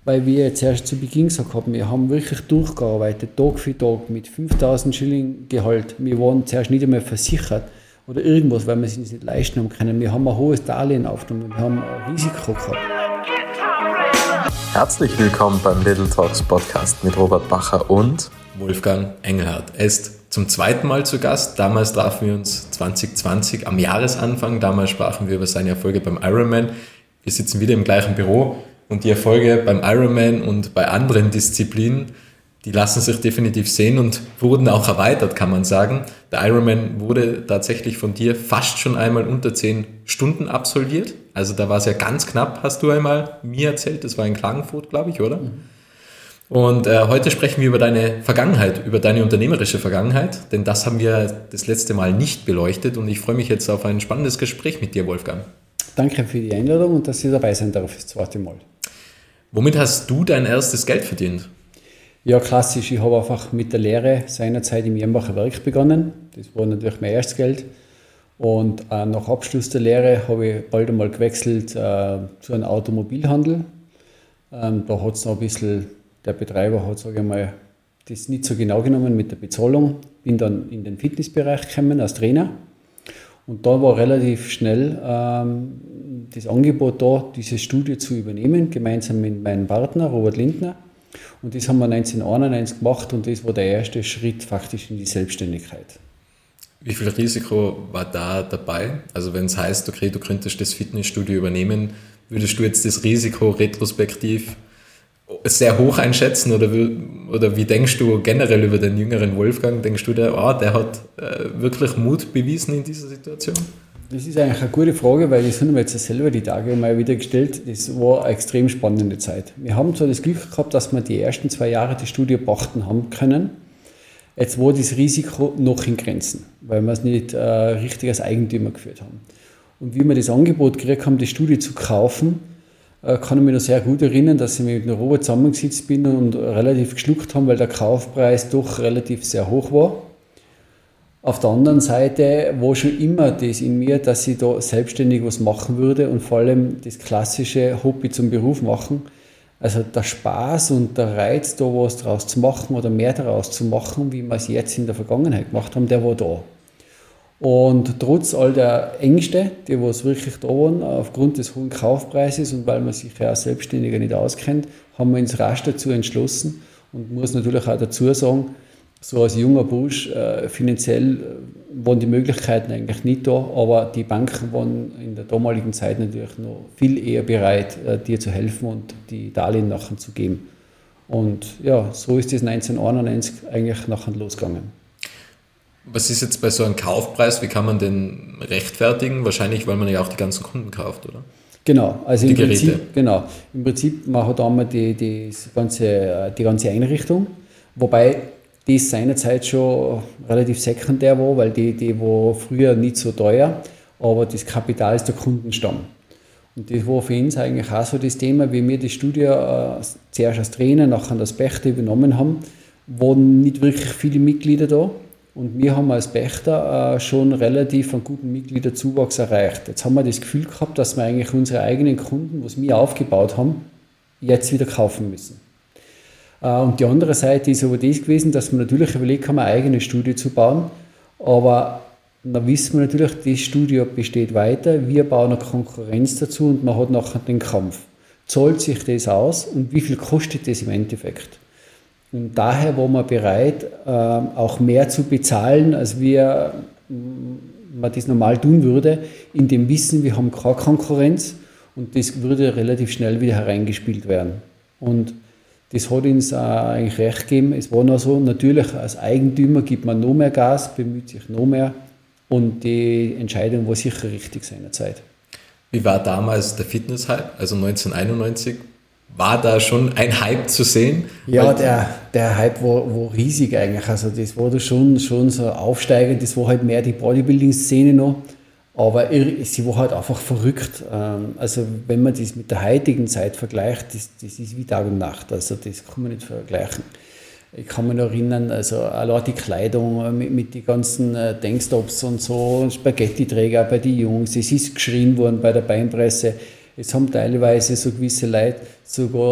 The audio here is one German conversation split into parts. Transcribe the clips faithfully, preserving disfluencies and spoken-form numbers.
weil wir jetzt erst zu Beginn gesagt haben, wir haben wirklich durchgearbeitet, Tag für Tag mit fünftausend Schilling Gehalt. Wir waren zuerst nicht einmal versichert oder irgendwas, weil wir es uns nicht leisten haben können. Wir haben ein hohes Darlehen aufgenommen, wir haben ein Risiko gehabt. Herzlich willkommen beim Little Talks Podcast mit Robert Bacher und Wolfgang Engelhardt. Er ist zum zweiten Mal zu Gast. Damals trafen wir uns zwanzig zwanzig am Jahresanfang. Damals sprachen wir über seine Erfolge beim Ironman. Wir sitzen wieder im gleichen Büro und die Erfolge beim Ironman und bei anderen Disziplinen, die lassen sich definitiv sehen und wurden auch erweitert, kann man sagen. Der Ironman wurde tatsächlich von dir fast schon einmal unter zehn Stunden absolviert. Also da war es ja ganz knapp, hast du einmal mir erzählt. Das war in Klagenfurt, glaube ich, oder? Mhm. Und äh, heute sprechen wir über deine Vergangenheit, über deine unternehmerische Vergangenheit, denn das haben wir das letzte Mal nicht beleuchtet und ich freue mich jetzt auf ein spannendes Gespräch mit dir, Wolfgang. Danke für die Einladung und dass ich dabei sein darf das zweite Mal. Womit hast du dein erstes Geld verdient? Ja, klassisch. Ich habe einfach mit der Lehre seinerzeit im Jenbacher Werk begonnen. Das war natürlich mein erstes Geld. Und äh, nach Abschluss der Lehre habe ich bald einmal gewechselt äh, zu einem Automobilhandel. Ähm, da hat es noch ein bisschen, der Betreiber hat, sage ich mal, das nicht so genau genommen mit der Bezahlung. Bin dann in den Fitnessbereich gekommen als Trainer. Und da war relativ schnell ähm, das Angebot da, dieses Studio zu übernehmen, gemeinsam mit meinem Partner Robert Lindner. Und das haben wir neunzehnhunderteinundneunzig gemacht und das war der erste Schritt faktisch in die Selbstständigkeit. Wie viel Risiko war da dabei? Also wenn es heißt, okay, du könntest das Fitnessstudio übernehmen, würdest du jetzt das Risiko retrospektiv sehr hoch einschätzen oder wie, oder wie denkst du generell über den jüngeren Wolfgang? Denkst du, der, oh, der hat äh, wirklich Mut bewiesen in dieser Situation? Das ist eigentlich eine gute Frage, weil das haben wir jetzt selber die Tage mal wieder gestellt. Das war eine extrem spannende Zeit. Wir haben zwar das Glück gehabt, dass wir die ersten zwei Jahre das Studio pachten haben können. Jetzt war das Risiko noch in Grenzen, weil wir es nicht äh, richtig als Eigentümer geführt haben. Und wie wir das Angebot gekriegt haben, das Studio zu kaufen, äh, kann ich mich noch sehr gut erinnern, dass ich mit dem Robert zusammengesetzt bin und relativ geschluckt haben, weil der Kaufpreis doch relativ sehr hoch war. Auf der anderen Seite war schon immer das in mir, dass ich da selbstständig was machen würde und vor allem das klassische Hobby zum Beruf machen. Also der Spaß und der Reiz, da was draus zu machen oder mehr daraus zu machen, wie wir es jetzt in der Vergangenheit gemacht haben, der war da. Und trotz all der Ängste, die was wirklich da waren, aufgrund des hohen Kaufpreises und weil man sich ja als Selbstständiger nicht auskennt, haben wir uns rasch dazu entschlossen und muss natürlich auch dazu sagen, so als junger Bursch, äh, finanziell äh, waren die Möglichkeiten eigentlich nicht da, aber die Banken waren in der damaligen Zeit natürlich noch viel eher bereit, äh, dir zu helfen und die Darlehen nachher zu geben. Und ja, so ist das neunzehnhunderteinundneunzig eigentlich nachher losgegangen. Was ist jetzt bei so einem Kaufpreis, wie kann man den rechtfertigen? Wahrscheinlich, weil man ja auch die ganzen Kunden kauft, oder? Genau, also die im Geräte. Prinzip, genau, im Prinzip man hat einmal die, die, ganze, die ganze Einrichtung, wobei das seinerzeit schon relativ sekundär war, weil die, die war früher nicht so teuer, aber das Kapital ist der Kundenstamm. Und das war für uns eigentlich auch so das Thema, wie wir das Studio äh, zuerst als Trainer, nachher als Pächter übernommen haben, waren nicht wirklich viele Mitglieder da und wir haben als Pächter äh, schon relativ einen guten Mitgliederzuwachs erreicht. Jetzt haben wir das Gefühl gehabt, dass wir eigentlich unsere eigenen Kunden, was wir aufgebaut haben, jetzt wieder kaufen müssen. Und die andere Seite ist aber das gewesen, dass wir natürlich überlegt haben, ein eigenes Studio zu bauen. Aber dann wissen wir natürlich, das Studio besteht weiter, wir bauen eine Konkurrenz dazu und man hat nachher den Kampf. Zahlt sich das aus und wie viel kostet das im Endeffekt? Und daher waren wir bereit, auch mehr zu bezahlen, als wir man das normal tun würde, in dem Wissen, wir haben keine Konkurrenz und das würde relativ schnell wieder hereingespielt werden. Und das hat uns äh, eigentlich recht gegeben. Es war noch so, natürlich als Eigentümer gibt man noch mehr Gas, bemüht sich noch mehr und die Entscheidung war sicher richtig seinerzeit. Wie war damals der Fitness-Hype, also neunzehnhunderteinundneunzig? War da schon ein Hype zu sehen? Ja, der, der Hype war, war riesig eigentlich. Also das war da schon, schon so aufsteigend, das war halt mehr die Bodybuilding-Szene noch. Aber sie war halt einfach verrückt. Also wenn man das mit der heutigen Zeit vergleicht, das, das ist wie Tag und Nacht. Also das kann man nicht vergleichen. Ich kann mich noch erinnern, also allein die Kleidung mit, mit den ganzen Tankstops und so, Spaghetti-Träger bei den Jungs, es ist geschrien worden bei der Beinpresse. Es haben teilweise so gewisse Leute sogar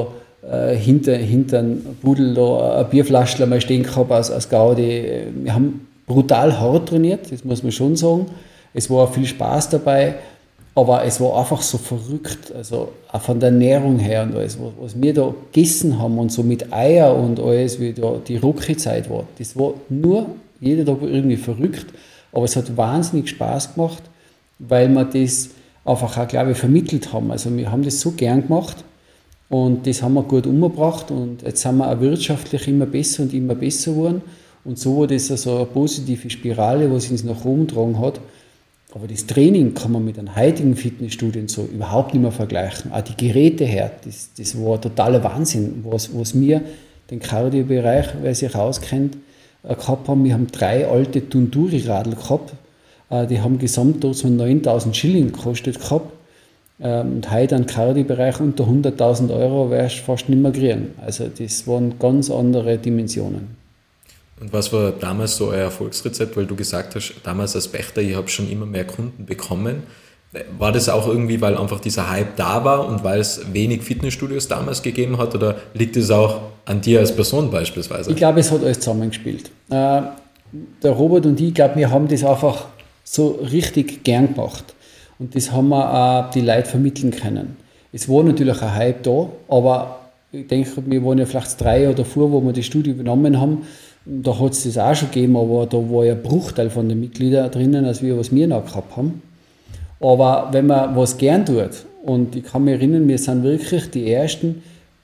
äh, hinter, hinter einem Pudel da eine Bierflasche mal stehen gehabt aus, aus Gaudi. Wir haben brutal hart trainiert, das muss man schon sagen. Es war viel Spaß dabei, aber es war einfach so verrückt, also auch von der Ernährung her und alles, was wir da gegessen haben und so mit Eier und alles, wie da die Rocky-Zeit war. Das war nur, jeder Tag war irgendwie verrückt, aber es hat wahnsinnig Spaß gemacht, weil wir das einfach auch, glaube ich, vermittelt haben. Also wir haben das so gern gemacht und das haben wir gut umgebracht und jetzt sind wir auch wirtschaftlich immer besser und immer besser geworden und so war das also eine positive Spirale, was uns nach oben getragen hat. Aber das Training kann man mit einem heutigen Fitnessstudio so überhaupt nicht mehr vergleichen. Auch die Geräte her, das, das war totaler Wahnsinn, was, was wir den Cardio-Bereich, wer sich auskennt, gehabt haben. Wir haben drei alte Tunduri-Radl gehabt, die haben gesamt dort so neuntausend Schilling gekostet gehabt. Und heute im Cardio-Bereich unter hunderttausend Euro wärst du fast nicht mehr kriegen. Also das waren ganz andere Dimensionen. Und was war damals so euer Erfolgsrezept, weil du gesagt hast, damals als Pächter, ich habe schon immer mehr Kunden bekommen. War das auch irgendwie, weil einfach dieser Hype da war und weil es wenig Fitnessstudios damals gegeben hat oder liegt es auch an dir als Person beispielsweise? Ich glaube, es hat alles zusammengespielt. Äh, der Robert und ich, ich glaube, wir haben das einfach so richtig gern gemacht und das haben wir auch die Leute vermitteln können. Es war natürlich ein Hype da, aber ich denke, wir waren ja vielleicht drei Jahre davor, wo wir das Studio übernommen haben. Da hat es das auch schon gegeben, aber da war ja ein Bruchteil von den Mitgliedern drinnen, als wir, was wir noch gehabt haben. Aber wenn man was gern tut, und ich kann mich erinnern, wir sind wirklich die ersten,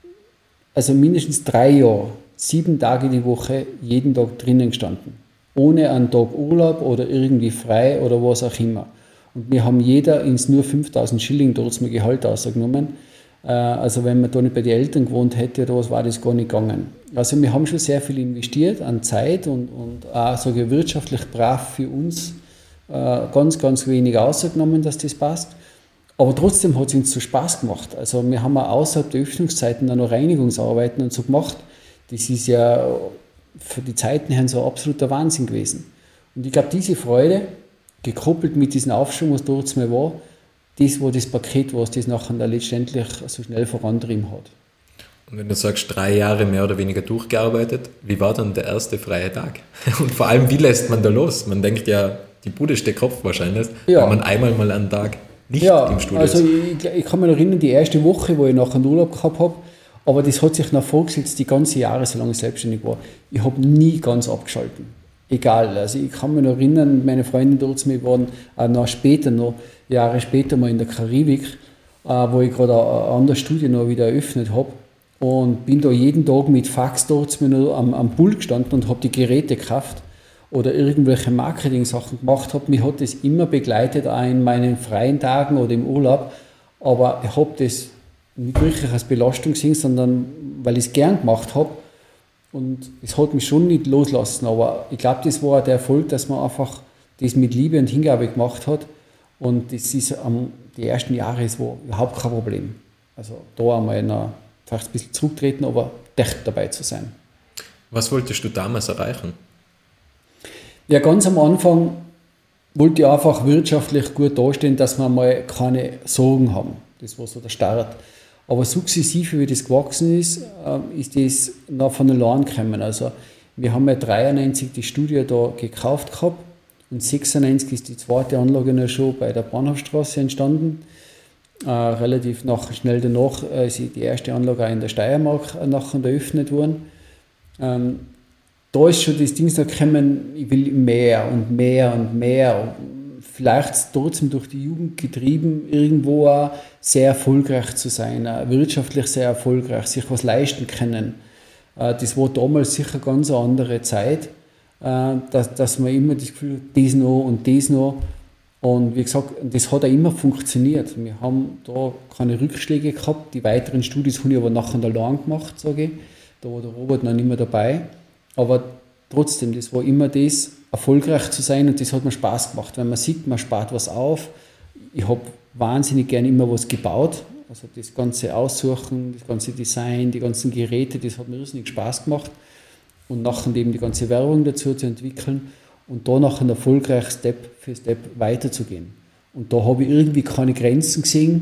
also mindestens drei Jahre, sieben Tage die Woche, jeden Tag drinnen gestanden. Ohne einen Tag Urlaub oder irgendwie frei oder was auch immer. Und wir haben jeder ins nur fünftausend Schilling dort mal Gehalt ausgenommen. Also wenn man da nicht bei den Eltern gewohnt hätte oder was, war das gar nicht gegangen. Also wir haben schon sehr viel investiert an Zeit und, und auch sage ich, wirtschaftlich brav für uns äh, ganz, ganz wenig ausgenommen, dass das passt. Aber trotzdem hat es uns so Spaß gemacht. Also wir haben auch außerhalb der Öffnungszeiten auch noch Reinigungsarbeiten und so gemacht. Das ist ja für die Zeiten her so absoluter Wahnsinn gewesen. Und ich glaube, diese Freude, gekoppelt mit diesem Aufschwung, was dort mal war, das war das Paket, was das nachher da letztendlich so schnell vorantrieben hat. Und wenn du sagst, drei Jahre mehr oder weniger durchgearbeitet, wie war dann der erste freie Tag? Und vor allem, wie lässt man da los? Man denkt ja, die Bude steht Kopf wahrscheinlich, ja. Wenn man einmal mal einen Tag nicht ja, im Studio also ist. Ich, ich kann mich noch erinnern, die erste Woche, wo ich nachher einen Urlaub gehabt habe, aber das hat sich noch vorgesetzt, die ganze Jahre, solange ich selbstständig war. Ich habe nie ganz abgeschalten. Egal, also ich kann mich noch erinnern, meine Freundin dort, wir waren auch noch später, noch Jahre später mal in der Karibik, äh, wo ich gerade ein anderes Studio noch wieder eröffnet habe und bin da jeden Tag mit Fax dort noch am, am Pool gestanden und habe die Geräte gekauft oder irgendwelche Marketing-Sachen gemacht habe. Mich hat das immer begleitet, auch in meinen freien Tagen oder im Urlaub, aber ich habe das nicht wirklich als Belastung gesehen, sondern weil ich es gern gemacht habe. Und es hat mich schon nicht loslassen, aber ich glaube, das war der Erfolg, dass man einfach das mit Liebe und Hingabe gemacht hat. Und das ist um, die ersten Jahre, es war überhaupt kein Problem. Also da einmal noch, vielleicht ein bisschen zurücktreten, aber dicht dabei zu sein. Was wolltest du damals erreichen? Ja, ganz am Anfang wollte ich einfach wirtschaftlich gut dastehen, dass wir mal keine Sorgen haben. Das war so der Start. Aber sukzessive, wie das gewachsen ist, ist das noch von allein gekommen. Also wir haben ja dreiundneunzig das Studio da gekauft gehabt und sechsundneunzig ist die zweite Anlage noch schon bei der Bahnhofstraße entstanden. Äh, relativ nach, schnell danach ist die erste Anlage auch in der Steiermark nachher eröffnet worden. Ähm, da ist schon das Ding so gekommen, ich will mehr und mehr und mehr. Vielleicht trotzdem durch die Jugend getrieben, irgendwo auch sehr erfolgreich zu sein, wirtschaftlich sehr erfolgreich, sich was leisten können. Das war damals sicher eine ganz andere Zeit, dass, dass man immer das Gefühl hat, das noch und das noch. Und wie gesagt, das hat auch immer funktioniert. Wir haben da keine Rückschläge gehabt. Die weiteren Studios habe ich aber nachher allein gemacht, sage ich. Da war der Robert noch nicht mehr dabei. Aber trotzdem, das war immer das, erfolgreich zu sein und das hat mir Spaß gemacht, weil man sieht, man spart was auf. Ich habe wahnsinnig gerne immer was gebaut, also das ganze Aussuchen, das ganze Design, die ganzen Geräte, das hat mir riesig Spaß gemacht und nachher eben die ganze Werbung dazu zu entwickeln und da nachher erfolgreich Step für Step weiterzugehen. Und da habe ich irgendwie keine Grenzen gesehen,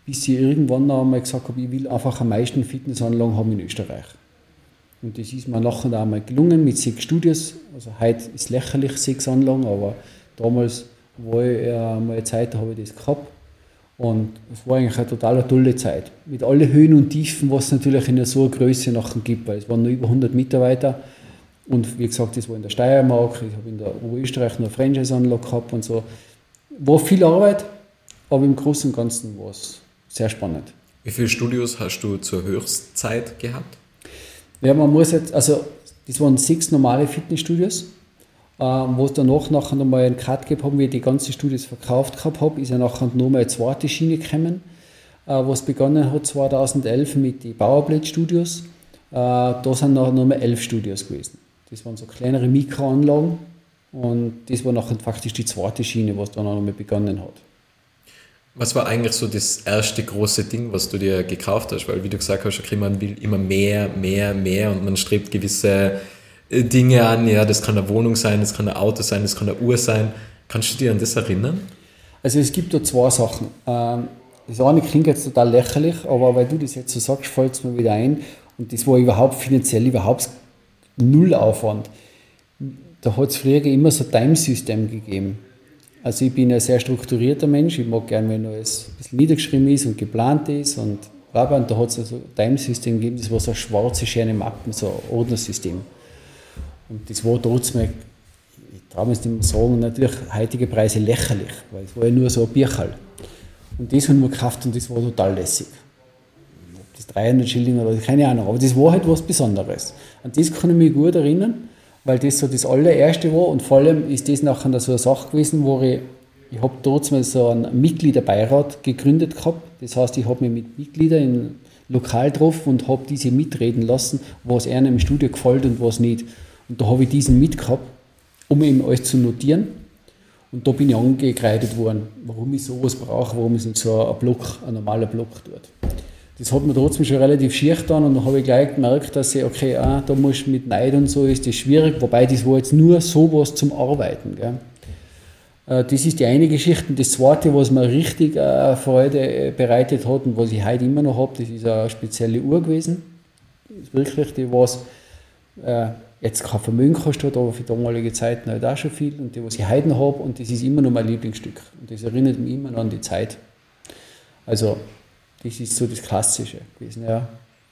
bis ich irgendwann einmal gesagt habe, ich will einfach am meisten Fitnessanlagen haben in Österreich. Und das ist mir nachher auch einmal gelungen mit sechs Studios. Also heute ist lächerlich sechs Anlagen, aber damals war ich äh, mal eine Zeit, da habe ich das gehabt. Und es war eigentlich eine total tolle Zeit. Mit allen Höhen und Tiefen, was es natürlich in so einer Größe nachher gibt, weil es waren nur über hundert Mitarbeiter. Und wie gesagt, das war in der Steiermark, ich habe in der Oberösterreich noch eine Franchise-Anlage gehabt und so. War viel Arbeit, aber im Großen und Ganzen war es sehr spannend. Wie viele Studios hast du zur Höchstzeit gehabt? Ja, man muss jetzt, also das waren sechs normale Fitnessstudios, äh, wo es danach nachher nochmal einen Cut gegeben haben, wie ich die ganzen Studios verkauft gehabt habe, ist ja nachher nochmal eine zweite Schiene gekommen, äh, was begonnen hat zweitausendelf mit den Powerblade-Studios. Äh, da sind nachher nochmal elf Studios gewesen. Das waren so kleinere Mikroanlagen und das war nachher faktisch die zweite Schiene, was dann auch nochmal begonnen hat. Was war eigentlich so das erste große Ding, was du dir gekauft hast? Weil, wie du gesagt hast, okay, man will immer mehr, mehr, mehr und man strebt gewisse Dinge an. Ja, das kann eine Wohnung sein, das kann ein Auto sein, das kann eine Uhr sein. Kannst du dich an das erinnern? Also es gibt da zwei Sachen. Das eine klingt jetzt total lächerlich, aber weil du das jetzt so sagst, fällt es mir wieder ein. Und das war überhaupt finanziell überhaupt null Aufwand. Da hat es früher immer so ein Time-System gegeben. Also ich bin ein sehr strukturierter Mensch, ich mag gerne, wenn alles ein bisschen niedergeschrieben ist und geplant ist und, und da hat es also ein Time-System gegeben, das war so eine schwarze, schöne Mappen, so ein Ordnersystem. Und das war trotzdem, ich traue mir es nicht mehr sagen, natürlich heutige Preise lächerlich, weil es war ja nur so ein Bierchal. Und das haben wir gekauft und das war total lässig. Ob das dreihundert Schilling oder keine Ahnung, aber das war halt was Besonderes. An das kann ich mich gut erinnern, weil das so das allererste war und vor allem ist das nachher so eine Sache gewesen, wo ich, ich habe trotzdem so einen Mitgliederbeirat gegründet gehabt. Das heißt, ich habe mich mit Mitgliedern im Lokal getroffen und habe diese mitreden lassen, was einem im Studio gefällt und was nicht. Und da habe ich diesen mitgehabt, um eben alles zu notieren. Und da bin ich angekreidet worden, warum ich sowas brauche, warum es nicht so ein Block, ein normaler Block tut. Das hat mir trotzdem schon relativ schier getan und dann habe ich gleich gemerkt, dass ich, okay, ah, da muss ich mit Neid und so, ist das schwierig, wobei das war jetzt nur sowas zum Arbeiten. Gell. Das ist die eine Geschichte. Und das zweite, was mir richtig äh, Freude bereitet hat und was ich heute immer noch habe, das ist eine spezielle Uhr gewesen. Das ist wirklich, die was äh, jetzt kein Vermögen kostet hat, aber für damalige Zeiten halt auch schon viel und die, was ich heute noch habe und das ist immer noch mein Lieblingsstück und das erinnert mich immer noch an die Zeit. Also das ist so das Klassische gewesen, ja.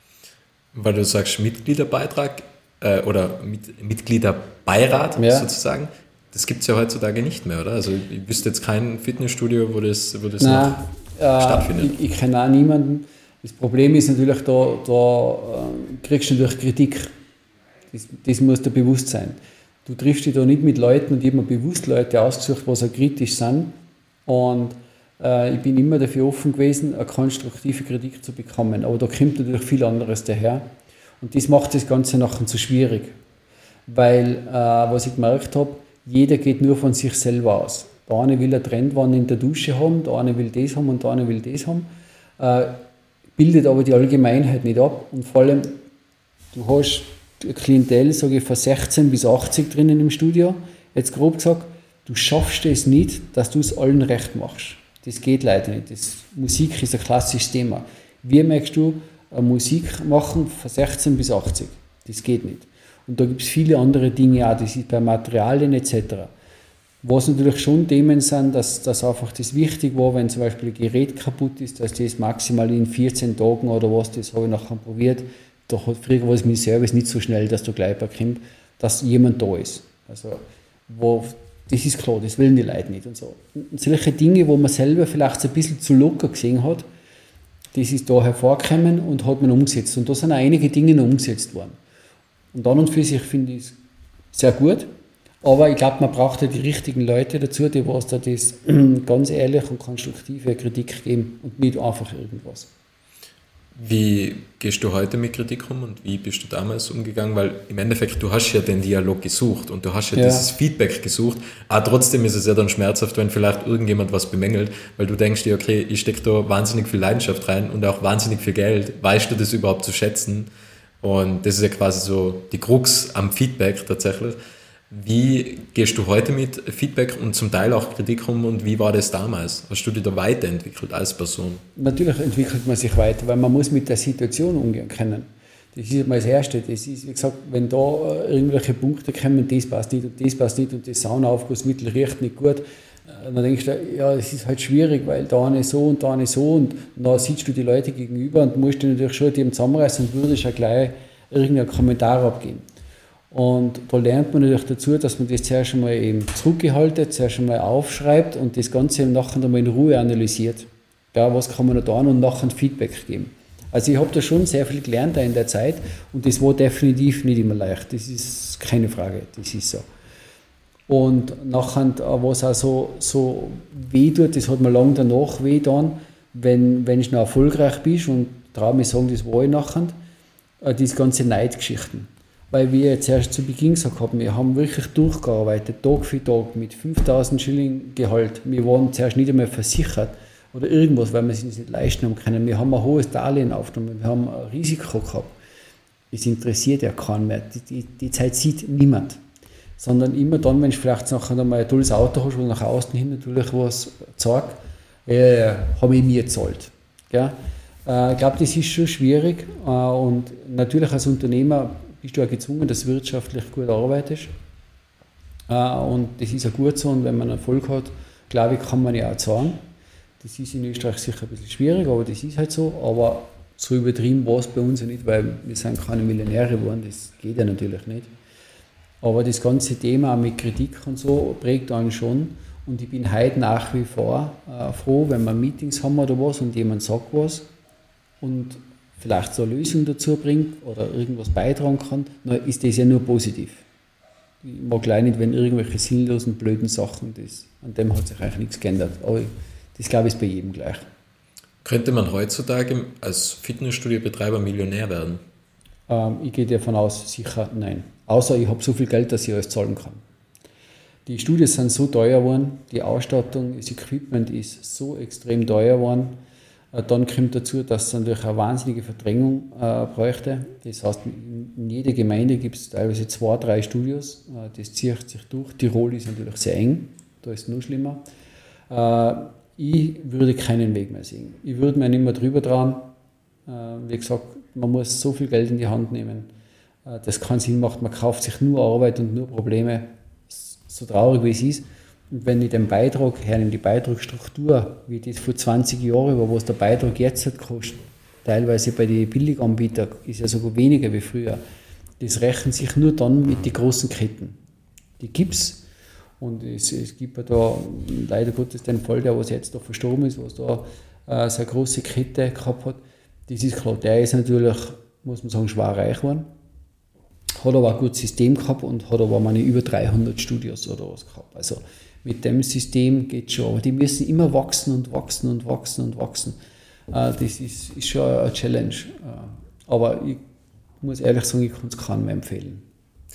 Weil du sagst Mitgliederbeitrag äh, oder mit, Mitgliederbeirat ja. sozusagen, das gibt es ja heutzutage nicht mehr, oder? Also ich wüsste jetzt kein Fitnessstudio, wo das, wo das Nein, noch äh, stattfindet. Ich, ich kenne auch niemanden. Das Problem ist natürlich, da, da äh, kriegst du natürlich Kritik. Das, das muss dir bewusst sein. Du triffst dich da nicht mit Leuten und ich habe mir bewusst Leute ausgesucht, die so kritisch sind und ich bin immer dafür offen gewesen, eine konstruktive Kritik zu bekommen. Aber da kommt natürlich viel anderes daher. Und das macht das Ganze nachher so schwierig. Weil, äh, was ich gemerkt habe, jeder geht nur von sich selber aus. Der eine will eine Trendwand in der Dusche haben, der eine will das haben und der eine will das haben. Äh, bildet aber die Allgemeinheit nicht ab. Und vor allem, du hast eine Klientel, sage ich, von sechzehn bis achtzig drinnen im Studio. Jetzt grob gesagt, du schaffst es nicht, dass du es allen recht machst. Das geht leider nicht. Das, Musik ist ein klassisches Thema. Wie möchtest du Musik machen von sechzehn bis achtzig? Das geht nicht. Und da gibt es viele andere Dinge auch, das ist bei Materialien et cetera. Was natürlich schon Themen sind, dass, dass einfach das wichtig war, wenn zum Beispiel ein Gerät kaputt ist, dass das maximal in vierzehn Tagen oder was, das habe ich nachher probiert. Da hat früher war es mit dem Service nicht so schnell, dass du gleich bekommst, dass jemand da ist. Also, wo das ist klar, das wollen die Leute nicht und so. Und solche Dinge, wo man selber vielleicht so ein bisschen zu locker gesehen hat, das ist da hervorgekommen und hat man umgesetzt. Und da sind auch einige Dinge noch umgesetzt worden. Und an und für sich finde ich es sehr gut, aber ich glaube, man braucht ja die richtigen Leute dazu, die was da das ganz ehrlich und konstruktive Kritik geben und nicht einfach irgendwas. Wie gehst du heute mit Kritik um und wie bist du damals umgegangen? Weil im Endeffekt, du hast ja den Dialog gesucht und du hast ja, ja. dieses Feedback gesucht. Aber trotzdem ist es ja dann schmerzhaft, wenn vielleicht irgendjemand was bemängelt, weil du denkst dir, okay, ich stecke da wahnsinnig viel Leidenschaft rein und auch wahnsinnig viel Geld. Weißt du das überhaupt zu schätzen? Und das ist ja quasi so die Krux am Feedback tatsächlich. Wie gehst du heute mit Feedback und zum Teil auch Kritik um und wie war das damals? Hast du dich da weiterentwickelt als Person? Natürlich entwickelt man sich weiter, weil man muss mit der Situation umgehen können. Das ist mal das Erste. Das ist, wie gesagt, wenn da irgendwelche Punkte kommen, das passt nicht und das passt nicht und das Saunaufgussmittel riecht nicht gut, dann denkst du, ja, es ist halt schwierig, weil da eine so und da eine so und dann siehst du die Leute gegenüber und musst dich natürlich schon dem zusammenreißen und würdest auch gleich irgendeinen Kommentar abgeben. Und da lernt man natürlich dazu, dass man das zuerst einmal eben zurückgehalten, zuerst einmal aufschreibt und das Ganze nachher einmal in Ruhe analysiert. Ja, was kann man noch tun und nachher ein Feedback geben. Also ich habe da schon sehr viel gelernt in der Zeit und das war definitiv nicht immer leicht. Das ist keine Frage, das ist so. Und nachher, was auch so, so weh tut, das hat mir lange danach weh getan, wenn, wenn ich noch erfolgreich bist und traue mich sagen, das war ich nachher, diese ganze Neidgeschichten. Weil wir jetzt erst zu Beginn gesagt haben, wir haben wirklich durchgearbeitet, Tag für Tag mit fünftausend Schilling Gehalt. Wir waren zuerst nicht einmal versichert oder irgendwas, weil wir es uns nicht leisten haben können. Wir haben ein hohes Darlehen aufgenommen, wir haben ein Risiko gehabt. Das interessiert ja keinen mehr. Die, die, die Zeit sieht niemand. Sondern immer dann, wenn du vielleicht nachher einmal ein tolles Auto hast, wo nach außen hin natürlich was zeigt, äh, habe ich mir gezahlt. Ja? Äh, ich glaube, das ist schon schwierig äh, und natürlich als Unternehmer bist du auch gezwungen, dass du wirtschaftlich gut arbeitest. Äh, und das ist auch gut so und wenn man Erfolg hat, glaube ich, kann man ja auch zahlen. Das ist in Österreich sicher ein bisschen schwierig, aber das ist halt so. Aber so übertrieben war es bei uns ja nicht, weil wir sind keine Millionäre geworden, das geht ja natürlich nicht. Aber das ganze Thema mit Kritik und so prägt einen schon. Und ich bin heute nach wie vor äh, froh, wenn wir Meetings haben oder was und jemand sagt was und vielleicht so eine Lösung dazu bringt oder irgendwas beitragen kann, dann ist das ja nur positiv. Ich mag gleich nicht, wenn irgendwelche sinnlosen, blöden Sachen, das, an dem hat sich eigentlich nichts geändert. Aber das glaube ich ist bei jedem gleich. Könnte man heutzutage als Fitnessstudio-Betreiber Millionär werden? Ähm, ich gehe davon aus, sicher nein. Außer ich habe so viel Geld, dass ich alles zahlen kann. Die Studios sind so teuer geworden, die Ausstattung, das Equipment ist so extrem teuer geworden. Dann kommt dazu, dass es natürlich eine wahnsinnige Verdrängung äh, bräuchte. Das heißt, in jeder Gemeinde gibt es teilweise zwei, drei Studios. Äh, das zieht sich durch. Tirol ist natürlich sehr eng, da ist es noch schlimmer. Äh, ich würde keinen Weg mehr sehen. Ich würde mir nicht mehr drüber trauen. Äh, wie gesagt, man muss so viel Geld in die Hand nehmen, äh, das keinen Sinn macht. Man kauft sich nur Arbeit und nur Probleme, so traurig wie es ist. Und wenn ich den Beitrag hernehme, die Beitragsstruktur, wie das vor zwanzig Jahren war, was der Beitrag jetzt hat kostet, teilweise bei den Billiganbietern ist ja sogar weniger wie früher. Das rechnet sich nur dann mit den großen Ketten. Die gibt es. Und es, es gibt ja da leider Gottes den Fall, der was jetzt da verstorben ist, was da äh, so eine große Kette gehabt hat. Das ist klar, der ist natürlich, muss man sagen, schwer reich geworden. Hat aber ein gutes System gehabt und hat aber meine über dreihundert Studios oder was gehabt. Also mit dem System geht es schon. Aber die müssen immer wachsen und wachsen und wachsen und wachsen. Das ist, ist schon eine Challenge. Aber ich muss ehrlich sagen, ich kann es keinem mehr empfehlen.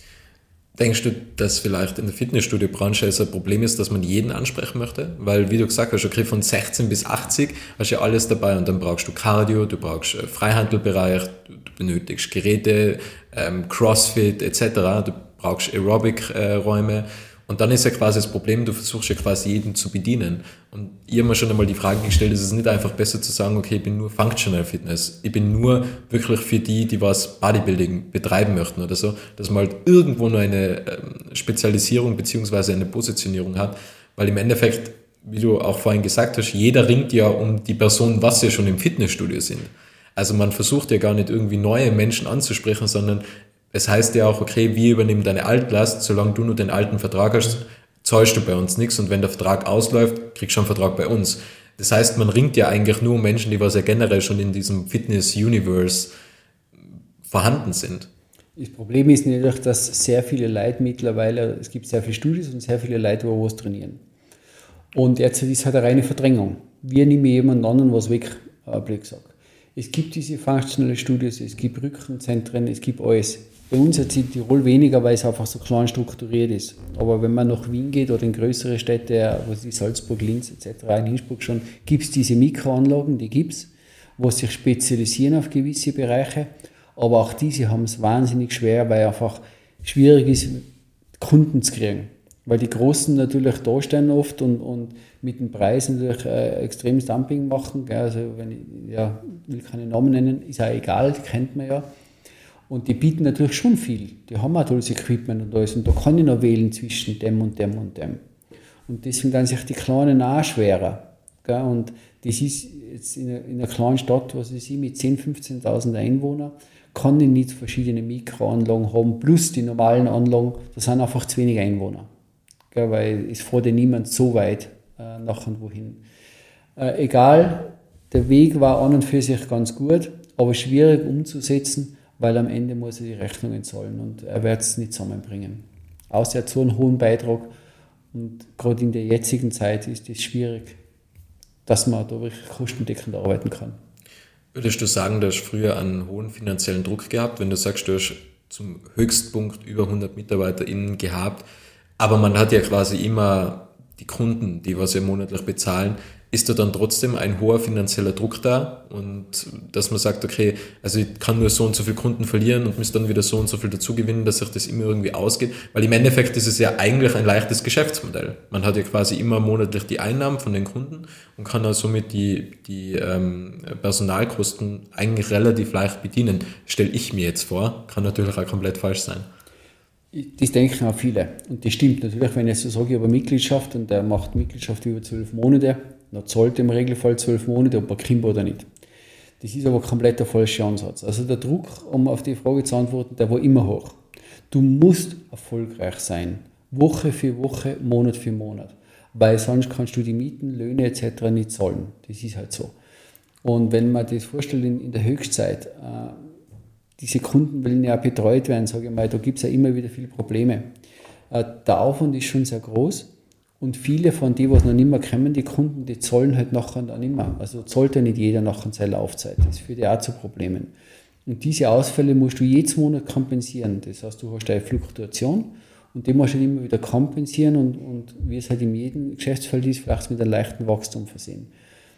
Denkst du, dass vielleicht in der Fitnessstudio-Branche es ein Problem ist, dass man jeden ansprechen möchte? Weil, wie du gesagt hast, okay, von sechzehn bis achtzig hast du ja alles dabei und dann brauchst du Cardio, du brauchst Freihandelbereich, du benötigst Geräte, ähm, Crossfit et cetera, du brauchst Aerobic-Räume und dann ist ja quasi das Problem, du versuchst ja quasi jeden zu bedienen. Und ich habe mir schon einmal die Frage gestellt, ist es nicht einfach besser zu sagen, okay, ich bin nur Functional Fitness, ich bin nur wirklich für die, die was Bodybuilding betreiben möchten oder so, dass man halt irgendwo nur eine ähm, Spezialisierung beziehungsweise eine Positionierung hat, weil im Endeffekt, wie du auch vorhin gesagt hast, jeder ringt ja um die Person, was ja schon im Fitnessstudio sind. Also man versucht ja gar nicht irgendwie neue Menschen anzusprechen, sondern es heißt ja auch, okay, wir übernehmen deine Altlast, solange du nur den alten Vertrag hast, zahlst du bei uns nichts und wenn der Vertrag ausläuft, kriegst du einen Vertrag bei uns. Das heißt, man ringt ja eigentlich nur um Menschen, die was ja generell schon in diesem Fitness-Universe vorhanden sind. Das Problem ist natürlich, dass sehr viele Leute mittlerweile, es gibt sehr viele Studios und sehr viele Leute, die was trainieren. Und jetzt ist halt eine reine Verdrängung. Wir nehmen jemand anderen was weg, blöd gesagt. Es gibt diese Functional Studios, es gibt Rückenzentren, es gibt alles. Bei uns jetzt in Tirol weniger, weil es einfach so klein strukturiert ist. Aber wenn man nach Wien geht oder in größere Städte, wo sie Salzburg, Linz et cetera, in Innsbruck schon, gibt es diese Mikroanlagen, die gibt es, wo sich spezialisieren auf gewisse Bereiche. Aber auch diese haben es wahnsinnig schwer, weil einfach schwierig ist, Kunden zu kriegen. Weil die Großen natürlich da stehen oft und, und mit dem Preis natürlich äh, extremes Dumping machen. Gell? Also wenn ich ja, will keine Namen nennen, ist auch egal, die kennt man ja. Und die bieten natürlich schon viel. Die haben auch tolles Equipment und alles. Und da kann ich noch wählen zwischen dem und dem und dem. Und deswegen dann sich die Kleinen auch schwerer. Gell? Und das ist jetzt in einer, in einer kleinen Stadt, was ich sehe, mit zehntausend, fünfzehntausend Einwohnern, kann ich nicht verschiedene Mikroanlagen haben, plus die normalen Anlagen, da sind einfach zu wenig Einwohner. Gell? Weil es fährt ja niemand so weit äh, nachher wohin. Äh, egal, der Weg war an und für sich ganz gut, aber schwierig umzusetzen, weil am Ende muss er die Rechnungen zahlen und er wird es nicht zusammenbringen. Außer er hat so einen hohen Beitrag und gerade in der jetzigen Zeit ist es schwierig, dass man da wirklich kostendeckend arbeiten kann. Würdest du sagen, du hast früher einen hohen finanziellen Druck gehabt, wenn du sagst, du hast zum Höchstpunkt über hundert MitarbeiterInnen gehabt, aber man hat ja quasi immer die Kunden, die was ja monatlich bezahlen, ist da dann trotzdem ein hoher finanzieller Druck da und dass man sagt, okay, also ich kann nur so und so viele Kunden verlieren und muss dann wieder so und so viel dazu gewinnen, dass sich das immer irgendwie ausgeht, weil im Endeffekt ist es ja eigentlich ein leichtes Geschäftsmodell. Man hat ja quasi immer monatlich die Einnahmen von den Kunden und kann also somit die, die ähm, Personalkosten eigentlich relativ leicht bedienen. Stelle ich mir jetzt vor, kann natürlich auch komplett falsch sein. Das denken auch viele und das stimmt natürlich, wenn ich so sage, ich habe eine Mitgliedschaft und der macht Mitgliedschaft über zwölf Monate, dann zahlt er im Regelfall zwölf Monate, ob er kommt oder nicht. Das ist aber komplett der falsche Ansatz. Also der Druck, um auf die Frage zu antworten, der war immer hoch. Du musst erfolgreich sein, Woche für Woche, Monat für Monat, weil sonst kannst du die Mieten, Löhne et cetera nicht zahlen. Das ist halt so. Und wenn man das vorstellt in, in der Höchstzeit, äh, diese Kunden wollen ja auch betreut werden, sage ich mal, da gibt es ja immer wieder viele Probleme. Äh, der Aufwand ist schon sehr groß. Und viele von denen, die noch nicht mehr kommen, die Kunden, die zahlen halt nachher dann nicht mehr. Also zahlt ja nicht jeder nachher seine Laufzeit. Das führt ja auch zu Problemen. Und diese Ausfälle musst du jedes Monat kompensieren. Das heißt, du hast eine Fluktuation und die musst du halt immer wieder kompensieren und, und wie es halt in jedem Geschäftsfeld ist, vielleicht mit einem leichten Wachstum versehen.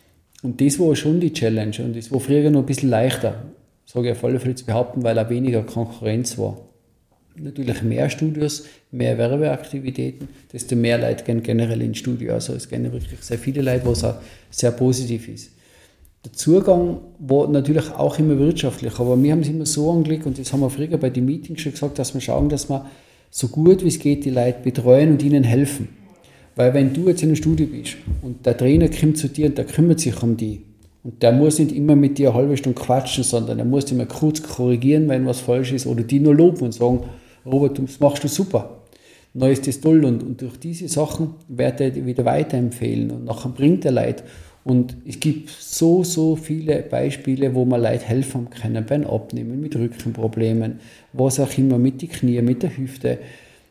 Und das war schon die Challenge und das war früher noch ein bisschen leichter, sage ich auf alle Fälle zu behaupten, weil auch weniger Konkurrenz war. Natürlich mehr Studios, mehr Werbeaktivitäten, desto mehr Leute gehen generell ins Studio. Also es gehen wirklich sehr viele Leute, was auch sehr positiv ist. Der Zugang war natürlich auch immer wirtschaftlich, aber wir haben es immer so angelegt und das haben wir früher bei den Meetings schon gesagt, dass wir schauen, dass wir so gut wie es geht die Leute betreuen und ihnen helfen. Weil wenn du jetzt in einem Studio bist und der Trainer kommt zu dir und der kümmert sich um die und der muss nicht immer mit dir eine halbe Stunde quatschen, sondern er muss dich mal kurz korrigieren, wenn was falsch ist oder die nur loben und sagen, Robert, das machst du super. Neu ist das toll und, und durch diese Sachen werde ich wieder weiterempfehlen und nachher bringt er Leute. Und es gibt so, so viele Beispiele, wo man Leute helfen können beim Abnehmen, mit Rückenproblemen, was auch immer, mit den Knien, mit der Hüfte.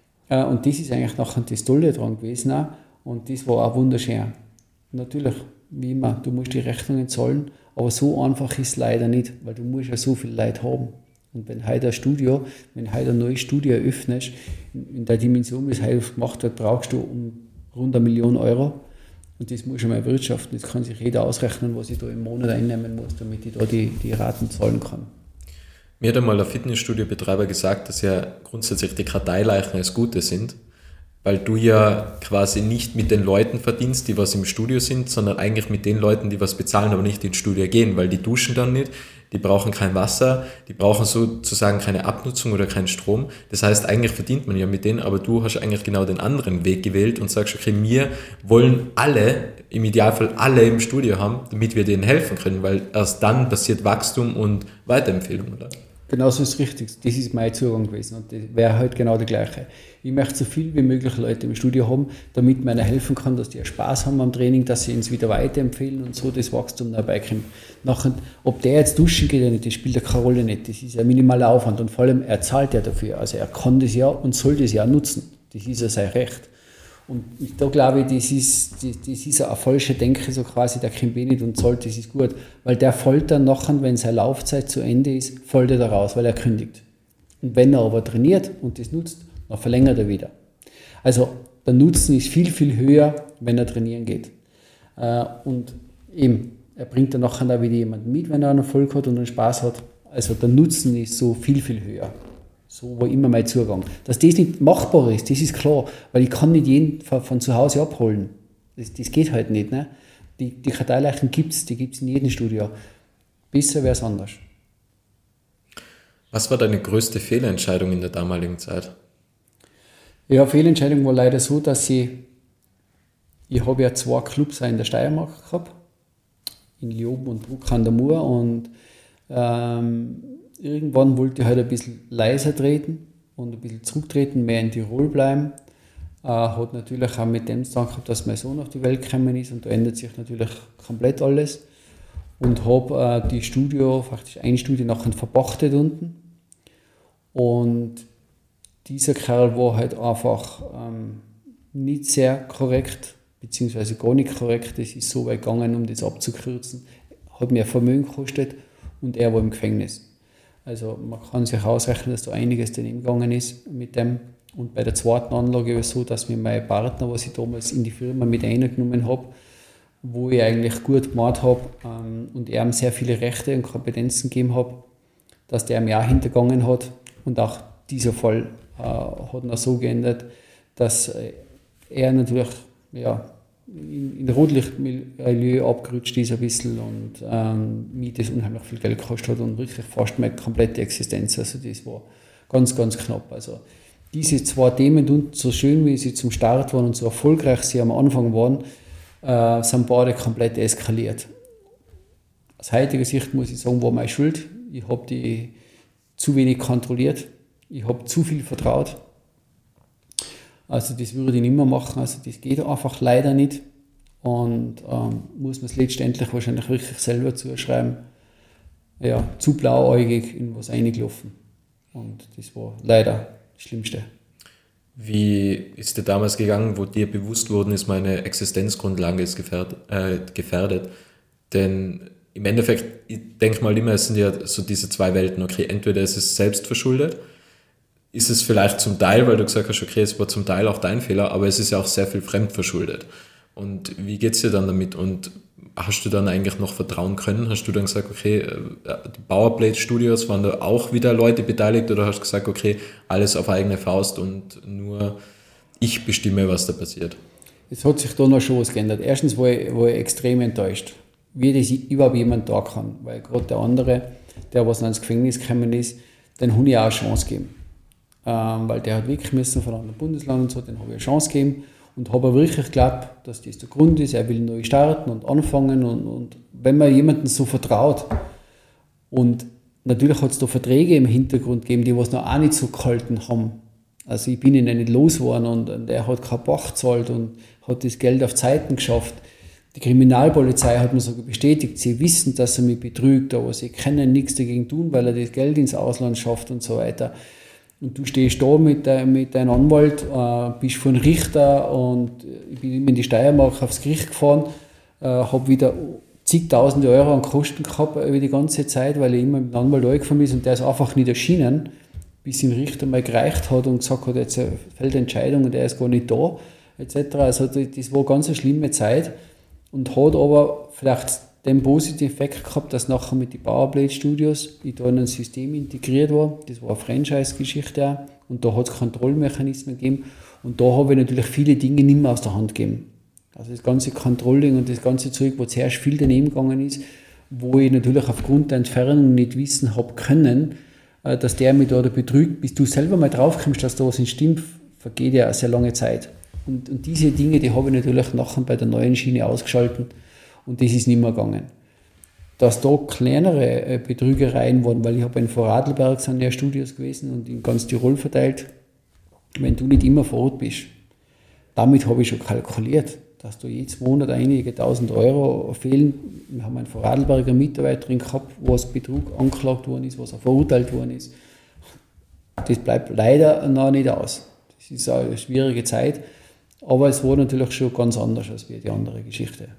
Und das ist eigentlich nachher das Tolle daran gewesen auch. Und das war auch wunderschön. Natürlich, wie immer, du musst die Rechnungen zahlen, aber so einfach ist es leider nicht, weil du musst ja so viele Leute haben. Und wenn heute ein Studio, wenn heute ein neues Studio eröffnest, in der Dimension, wie es heute gemacht wird, brauchst du um rund eine Million Euro. Und das muss ich mal wirtschaften. Jetzt kann sich jeder ausrechnen, was ich da im Monat einnehmen muss, damit ich da die, die Raten zahlen kann. Mir hat einmal der Fitnessstudio-Betreiber gesagt, dass ja grundsätzlich die Karteileichen das Gute sind, weil du ja quasi nicht mit den Leuten verdienst, die was im Studio sind, sondern eigentlich mit den Leuten, die was bezahlen, aber nicht ins Studio gehen, weil die duschen dann nicht, die brauchen kein Wasser, die brauchen sozusagen keine Abnutzung oder keinen Strom. Das heißt, eigentlich verdient man ja mit denen, aber du hast eigentlich genau den anderen Weg gewählt und sagst, okay, wir wollen alle, im Idealfall alle im Studio haben, damit wir denen helfen können, weil erst dann passiert Wachstum und Weiterempfehlung, oder? Genau so ist es richtig. Das ist mein Zugang gewesen und das wäre halt genau der gleiche. Ich möchte so viel wie möglich Leute im Studio haben, damit man ihnen helfen kann, dass die Spaß haben am Training, dass sie uns wieder weiterempfehlen und so das Wachstum dabei kommt. Nachher, ob der jetzt duschen geht oder nicht, das spielt ja keine Rolle nicht. Das ist ein minimaler Aufwand und vor allem, er zahlt ja dafür. Also er kann das ja und soll das ja nutzen. Das ist ja sein Recht. Und da glaube ich, das ist, das ist eine falsche Denke, so quasi, der kommt eh nicht und zahlt, das ist gut. Weil der fällt dann nachher, wenn seine Laufzeit zu Ende ist, fällt er da raus, weil er kündigt. Und wenn er aber trainiert und das nutzt, dann verlängert er wieder. Also der Nutzen ist viel, viel höher, wenn er trainieren geht. Und eben, er bringt dann nachher auch wieder jemanden mit, wenn er einen Erfolg hat und einen Spaß hat. Also der Nutzen ist so viel, viel höher. So war immer mein Zugang. Dass das nicht machbar ist, das ist klar, weil ich kann nicht jeden von, von zu Hause abholen. Das, das geht halt nicht. Ne? Die, die Karteileichen gibt es, die gibt es in jedem Studio. Besser wäre es anders. Was war deine größte Fehlentscheidung in der damaligen Zeit? Ja, Fehlentscheidung war leider so, dass ich, ich habe ja zwei Clubs in der Steiermark gehabt, in Leoben und Bruck an der Mur, und ähm, irgendwann wollte ich halt ein bisschen leiser treten und ein bisschen zurücktreten, mehr in Tirol bleiben. Äh, hat natürlich auch mit dem Tag gehabt, dass mein Sohn auf die Welt gekommen ist, und da ändert sich natürlich komplett alles. Und habe äh, die Studio, faktisch ein Studio nachher verpachtet unten. Und dieser Kerl war halt einfach ähm, nicht sehr korrekt, beziehungsweise gar nicht korrekt. Es ist so weit gegangen, um das abzukürzen. Hat mir Vermögen gekostet und er war im Gefängnis. Also man kann sich ausrechnen, dass da einiges daneben gegangen ist mit dem. Und bei der zweiten Anlage war es so, dass mir mein Partner, was ich damals in die Firma mit eingenommen habe, wo ich eigentlich gut gemacht habe ähm, und er ihm sehr viele Rechte und Kompetenzen gegeben habe, dass der mir auch hintergangen hat. Und auch dieser Fall äh, hat noch so geändert, dass äh, er natürlich ja, in, in Rotlichtmilieu abgerutscht ist ein bisschen und ähm, mir das unheimlich viel Geld gekostet hat und wirklich fast meine komplette Existenz. Also das war ganz, ganz knapp. Also diese zwei Themen, so schön wie sie zum Start waren und so erfolgreich sie am Anfang waren, äh, sind beide komplett eskaliert. Aus heutiger Sicht muss ich sagen, war meine Schuld. Ich habe die zu wenig kontrolliert. Ich habe zu viel vertraut. Also das würde ich nicht mehr machen. Also das geht einfach leider nicht. Und ähm, muss man es letztendlich wahrscheinlich wirklich selber zuschreiben. Ja, zu blauäugig in was eingelaufen. Und das war leider das Schlimmste. Wie ist dir damals gegangen, wo dir bewusst worden ist, meine Existenzgrundlage ist gefährdet? Äh, gefährdet? Denn im Endeffekt, ich denke mal immer, es sind ja so diese zwei Welten. Okay, entweder ist es selbst verschuldet, ist es vielleicht zum Teil, weil du gesagt hast, okay, es war zum Teil auch dein Fehler, aber es ist ja auch sehr viel fremdverschuldet. Und wie geht es dir dann damit? Und hast du dann eigentlich noch vertrauen können? Hast du dann gesagt, okay, die Powerplate Studios, waren da auch wieder Leute beteiligt, oder hast du gesagt, okay, alles auf eigene Faust und nur ich bestimme, was da passiert? Es hat sich da noch schon was geändert. Erstens war ich, war ich extrem enttäuscht, wie das überhaupt jemand da kann. Weil gerade der andere, der was noch ins Gefängnis gekommen ist, den habe ich auch eine Chance gegeben. Ähm, weil der hat weg müssen von einem anderen Bundesland und so, den habe ich eine Chance gegeben. Und habe wirklich geglaubt, dass das der Grund ist, er will neu starten und anfangen. Und, und wenn man jemandem so vertraut, und natürlich hat es da Verträge im Hintergrund gegeben, die was noch auch nicht so gehalten haben. Also ich bin ihn nicht losgeworden und, und er hat kein Bach gezahlt und hat das Geld auf Zeiten geschafft. Die Kriminalpolizei hat mir sogar bestätigt, sie wissen, dass er mich betrügt, aber sie können nichts dagegen tun, weil er das Geld ins Ausland schafft und so weiter. Und du stehst da mit, de, mit deinem Anwalt, äh, bist von Richter, und ich bin immer in die Steiermark aufs Gericht gefahren, äh, habe wieder zigtausende Euro an Kosten gehabt über die ganze Zeit, weil ich immer mit dem Anwalt angefangen bin und der ist einfach nicht erschienen, bis ihn Richter mal gereicht hat und gesagt hat, jetzt fällt die Entscheidung und er ist gar nicht da, et cetera. Also das war ganz eine schlimme Zeit und hat aber vielleicht den positiven Effekt gehabt, dass nachher mit den Powerplate Studios ich da in ein System integriert war. Das war eine Franchise-Geschichte auch. Und da hat es Kontrollmechanismen gegeben. Und da habe ich natürlich viele Dinge nicht mehr aus der Hand gegeben. Also das ganze Controlling und das ganze Zeug, wo zuerst viel daneben gegangen ist, wo ich natürlich aufgrund der Entfernung nicht wissen habe können, dass der mich da betrügt. Bis du selber mal draufkommst, dass da was nicht stimmt, vergeht ja eine sehr lange Zeit. Und, und diese Dinge, die habe ich natürlich nachher bei der neuen Schiene ausgeschalten. Und das ist nicht mehr gegangen. Dass da kleinere Betrügereien waren, weil ich habe in Vorarlberg sind ja Studios gewesen und in ganz Tirol verteilt, wenn du nicht immer vor Ort bist. Damit habe ich schon kalkuliert, dass da jeden Monat einige tausend Euro fehlen. Wir haben einen Vorarlberger Mitarbeiterin gehabt, wo als Betrug angeklagt worden ist, was auch verurteilt worden ist. Das bleibt leider noch nicht aus. Das ist eine schwierige Zeit, aber es war natürlich schon ganz anders als wie die andere Geschichte.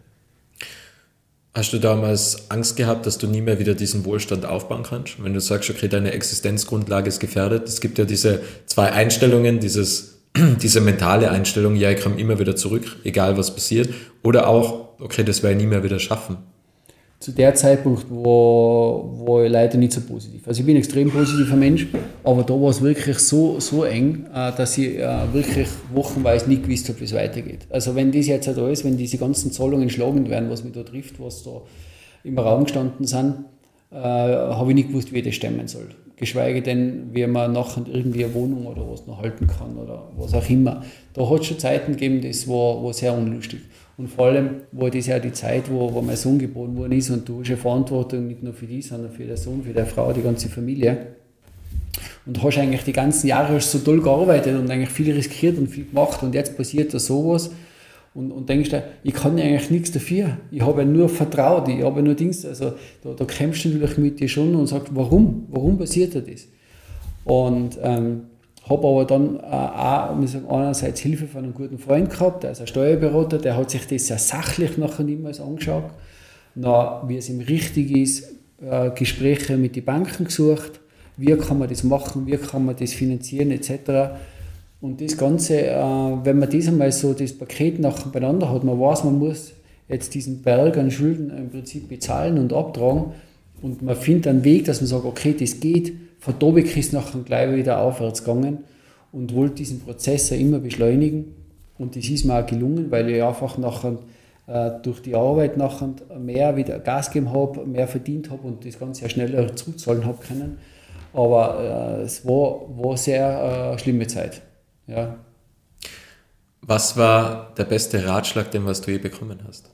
Hast du damals Angst gehabt, dass du nie mehr wieder diesen Wohlstand aufbauen kannst? Wenn du sagst, okay, deine Existenzgrundlage ist gefährdet. Es gibt ja diese zwei Einstellungen, dieses, diese mentale Einstellung, ja, ich komme immer wieder zurück, egal was passiert. Oder auch, okay, das werde ich nie mehr wieder schaffen. zu der Zeitpunkt, wo, wo ich leider nicht so positiv. Also ich bin ein extrem positiver Mensch, aber da war es wirklich so, so eng, äh, dass ich äh, wirklich wochenweise nicht gewusst habe, wie es weitergeht. Also wenn das jetzt da ist, wenn diese ganzen Zahlungen schlagend werden, was mich da trifft, was da im Raum gestanden sind, äh, habe ich nicht gewusst, wie ich das stemmen soll. Geschweige denn, wie man nachher irgendwie eine Wohnung oder was noch halten kann oder was auch immer. Da hat es schon Zeiten gegeben, das war, war sehr unlustig. Und vor allem war das ja die Zeit, wo, wo mein Sohn geboren worden ist und du hast ja Verantwortung nicht nur für die, sondern für den Sohn, für die Frau, die ganze Familie. Und hast eigentlich die ganzen Jahre hast so toll gearbeitet und eigentlich viel riskiert und viel gemacht und jetzt passiert da sowas und, und denkst dir, ich kann ja eigentlich nichts dafür. Ich habe ja nur vertraut, ich habe ja nur Dings, also da, da kämpfst du natürlich mit dir schon und sagst, warum? Warum passiert da das? Und ähm, habe aber dann äh, auch muss ich sagen, einerseits Hilfe von einem guten Freund gehabt, der ist ein Steuerberater, der hat sich das sehr sachlich nachher niemals angeschaut. Na, wie es ihm richtig ist, äh, Gespräche mit den Banken gesucht, wie kann man das machen, wie kann man das finanzieren et cetera. Und das Ganze, äh, wenn man das einmal so das Paket nachher beieinander hat, man weiß, man muss jetzt diesen Berg an Schulden im Prinzip bezahlen und abtragen und man findet einen Weg, dass man sagt, okay, das geht. Von da weg ist es nachher gleich wieder aufwärts gegangen und wollte diesen Prozess ja immer beschleunigen. Und das ist mir auch gelungen, weil ich einfach nachher äh, durch die Arbeit nachher mehr wieder Gas gegeben habe, mehr verdient habe und das Ganze ja schneller zurückzahlen habe können. Aber äh, es war, war eine sehr äh, schlimme Zeit. Ja. Was war der beste Ratschlag, den was du je bekommen hast?